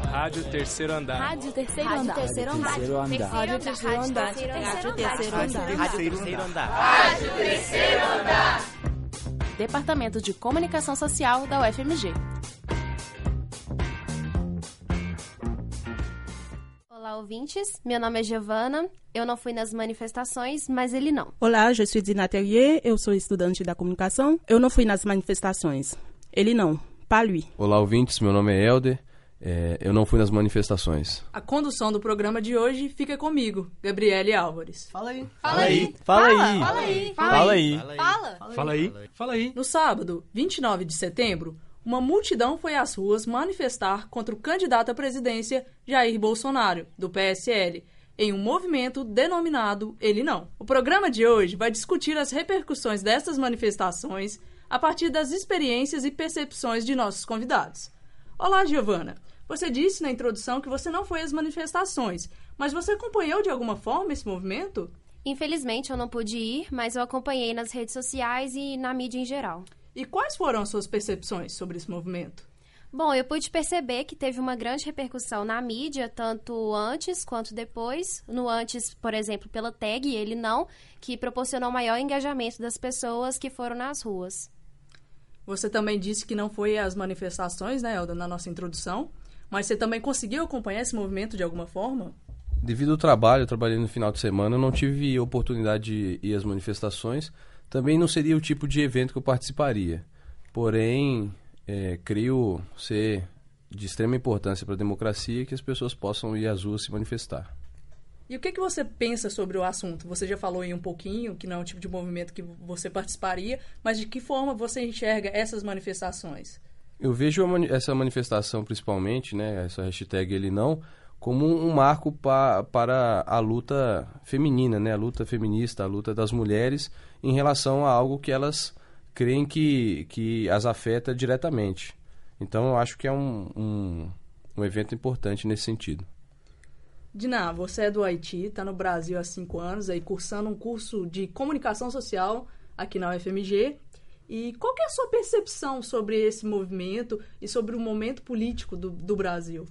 Rádio Terceiro Andar. Rádio Terceiro Andar. Rádio Terceiro Andar. Rádio Terceiro Andar. Rádio Terceiro Andar. Rádio Terceiro Andar. Rádio Terceiro Andar. Departamento de Comunicação Social da UFMG. Olá, ouvintes. Meu nome é Giovana. Eu não fui nas manifestações, mas ele não. Olá, je suis Dina Terrier. Eu sou estudante da comunicação. Eu não fui nas manifestações. Ele não. Pas lui. Olá, ouvintes. Meu nome é Helder. Eu não fui nas manifestações. A condução do programa de hoje fica comigo, Gabriele Álvares. Fala aí. Fala aí. Fala aí. Fala aí. Fala aí. Fala aí. Fala aí. No sábado, 29 de setembro, uma multidão foi às ruas manifestar contra o candidato à presidência Jair Bolsonaro, do PSL, em um movimento denominado Ele Não. O programa de hoje vai discutir as repercussões dessas manifestações a partir das experiências e percepções de nossos convidados. Olá, Giovana. Você disse na introdução que você não foi às manifestações, mas você acompanhou de alguma forma esse movimento? Infelizmente, eu não pude ir, mas eu acompanhei nas redes sociais e na mídia em geral. E quais foram as suas percepções sobre esse movimento? Bom, eu pude perceber que teve uma grande repercussão na mídia, tanto antes quanto depois. No antes, por exemplo, pela tag Ele Não, que proporcionou maior engajamento das pessoas que foram nas ruas. Você também disse que não foi às manifestações, né, Elda, na nossa introdução, mas você também conseguiu acompanhar esse movimento de alguma forma? Devido ao trabalho, eu trabalhei no final de semana, eu não tive oportunidade de ir às manifestações. Também não seria o tipo de evento que eu participaria. Porém, creio ser de extrema importância para a democracia que as pessoas possam ir às ruas se manifestar. E o que você pensa sobre o assunto? Você já falou aí um pouquinho que não é um tipo de movimento que você participaria, mas de que forma você enxerga essas manifestações? Eu vejo essa manifestação principalmente, né, essa hashtag Ele Não, como um marco para a luta feminina, né, a luta feminista, a luta das mulheres em relação a algo que elas creem que as afeta diretamente. Então eu acho que é um evento importante nesse sentido. Diná, você é do Haiti, está no Brasil há 5 anos, aí cursando um curso de comunicação social aqui na UFMG. E qual que é a sua percepção sobre esse movimento e sobre o momento político do Brasil?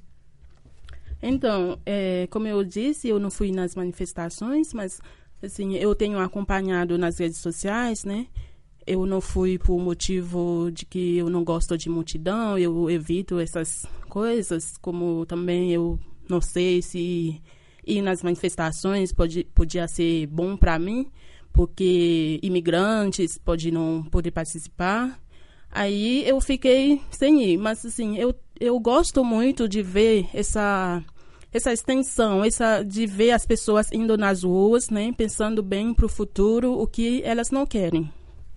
Então, como eu disse, eu não fui nas manifestações, mas assim, eu tenho acompanhado nas redes sociais, né? Eu não fui por motivo de que eu não gosto de multidão, eu evito essas coisas, como também eu não sei se ir nas manifestações podia ser bom para mim, porque imigrantes podem não poder participar. Aí eu fiquei sem ir, mas assim, eu gosto muito de ver essa extensão, de ver as pessoas indo nas ruas, né, pensando bem para o futuro, o que elas não querem.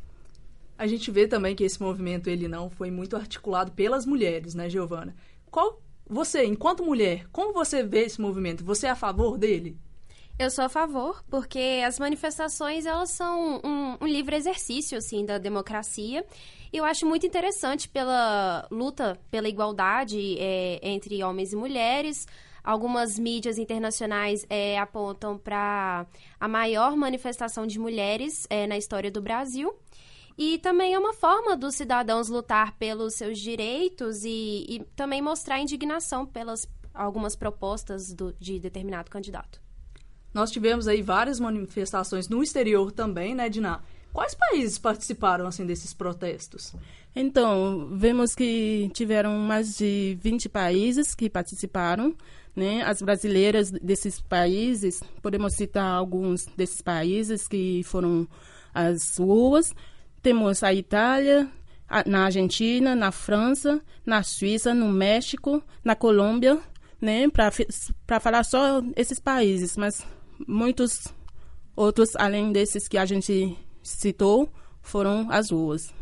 A gente vê também que esse movimento Ele Não foi muito articulado pelas mulheres, né, Giovana? Você, enquanto mulher, como você vê esse movimento? Você é a favor dele? Eu sou a favor, porque as manifestações, elas são um livre exercício, assim, da democracia. E eu acho muito interessante pela luta pela igualdade entre homens e mulheres. Algumas mídias internacionais apontam para a maior manifestação de mulheres na história do Brasil. E também é uma forma dos cidadãos lutar pelos seus direitos e também mostrar indignação pelas algumas propostas de determinado candidato. Nós tivemos aí várias manifestações no exterior também, né, Diná? Quais países participaram, assim, desses protestos? Então, vemos que tiveram mais de 20 países que participaram, né? As brasileiras desses países, podemos citar alguns desses países que foram às ruas. Temos a Itália, na Argentina, na França, na Suíça, no México, na Colômbia, né? Para falar só esses países, mas muitos outros, além desses que a gente citou, foram às ruas.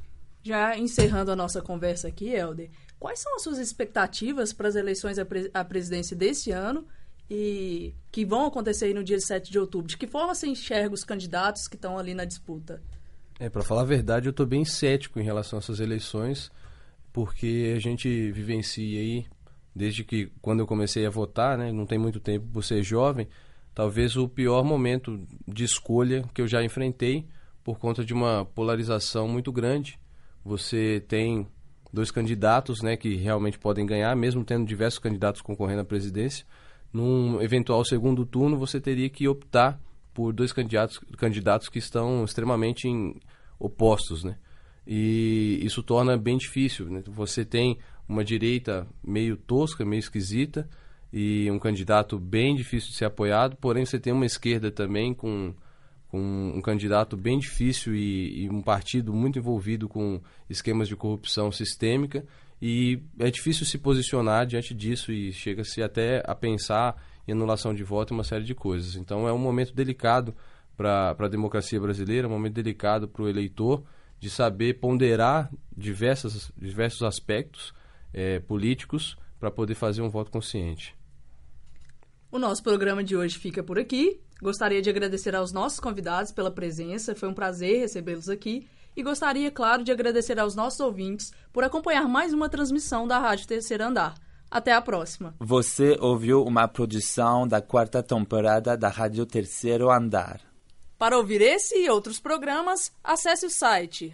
Já encerrando a nossa conversa aqui, Helder, quais são as suas expectativas para as eleições à presidência deste ano e que vão acontecer aí no dia 7 de outubro? De que forma você enxerga os candidatos que estão ali na disputa? Para falar a verdade, eu estou bem cético em relação a essas eleições, porque a gente vivencia aí, desde que quando eu comecei a votar, né, não tem muito tempo por ser jovem, talvez o pior momento de escolha que eu já enfrentei por conta de uma polarização muito grande. Você tem 2 candidatos, né, que realmente podem ganhar, mesmo tendo diversos candidatos concorrendo à presidência. Num eventual segundo turno, você teria que optar por 2 candidatos que estão extremamente opostos, né? E isso torna bem difícil, né? Você tem uma direita meio tosca, meio esquisita, e um candidato bem difícil de ser apoiado, porém você tem uma esquerda também com um candidato bem difícil e um partido muito envolvido com esquemas de corrupção sistêmica, e é difícil se posicionar diante disso e chega-se até a pensar em anulação de voto e uma série de coisas. Então é um momento delicado para a democracia brasileira, um momento delicado para o eleitor de saber ponderar diversos aspectos políticos para poder fazer um voto consciente. O nosso programa de hoje fica por aqui. Gostaria de agradecer aos nossos convidados pela presença, foi um prazer recebê-los aqui. E gostaria, claro, de agradecer aos nossos ouvintes por acompanhar mais uma transmissão da Rádio Terceiro Andar. Até a próxima. Você ouviu uma produção da 4ª temporada da Rádio Terceiro Andar. Para ouvir esse e outros programas, acesse o site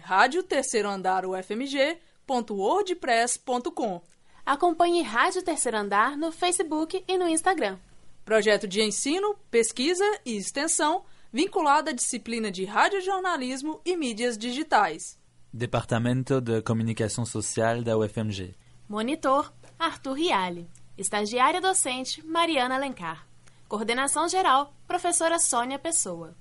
radioterceiroandarufmg.wordpress.com. Acompanhe Rádio Terceiro Andar no Facebook e no Instagram. Projeto de ensino, pesquisa e extensão vinculado à disciplina de radiojornalismo e mídias digitais. Departamento de Comunicação Social da UFMG. Monitor, Arthur Rialli. Estagiária docente, Mariana Alencar. Coordenação geral, professora Sônia Pessoa.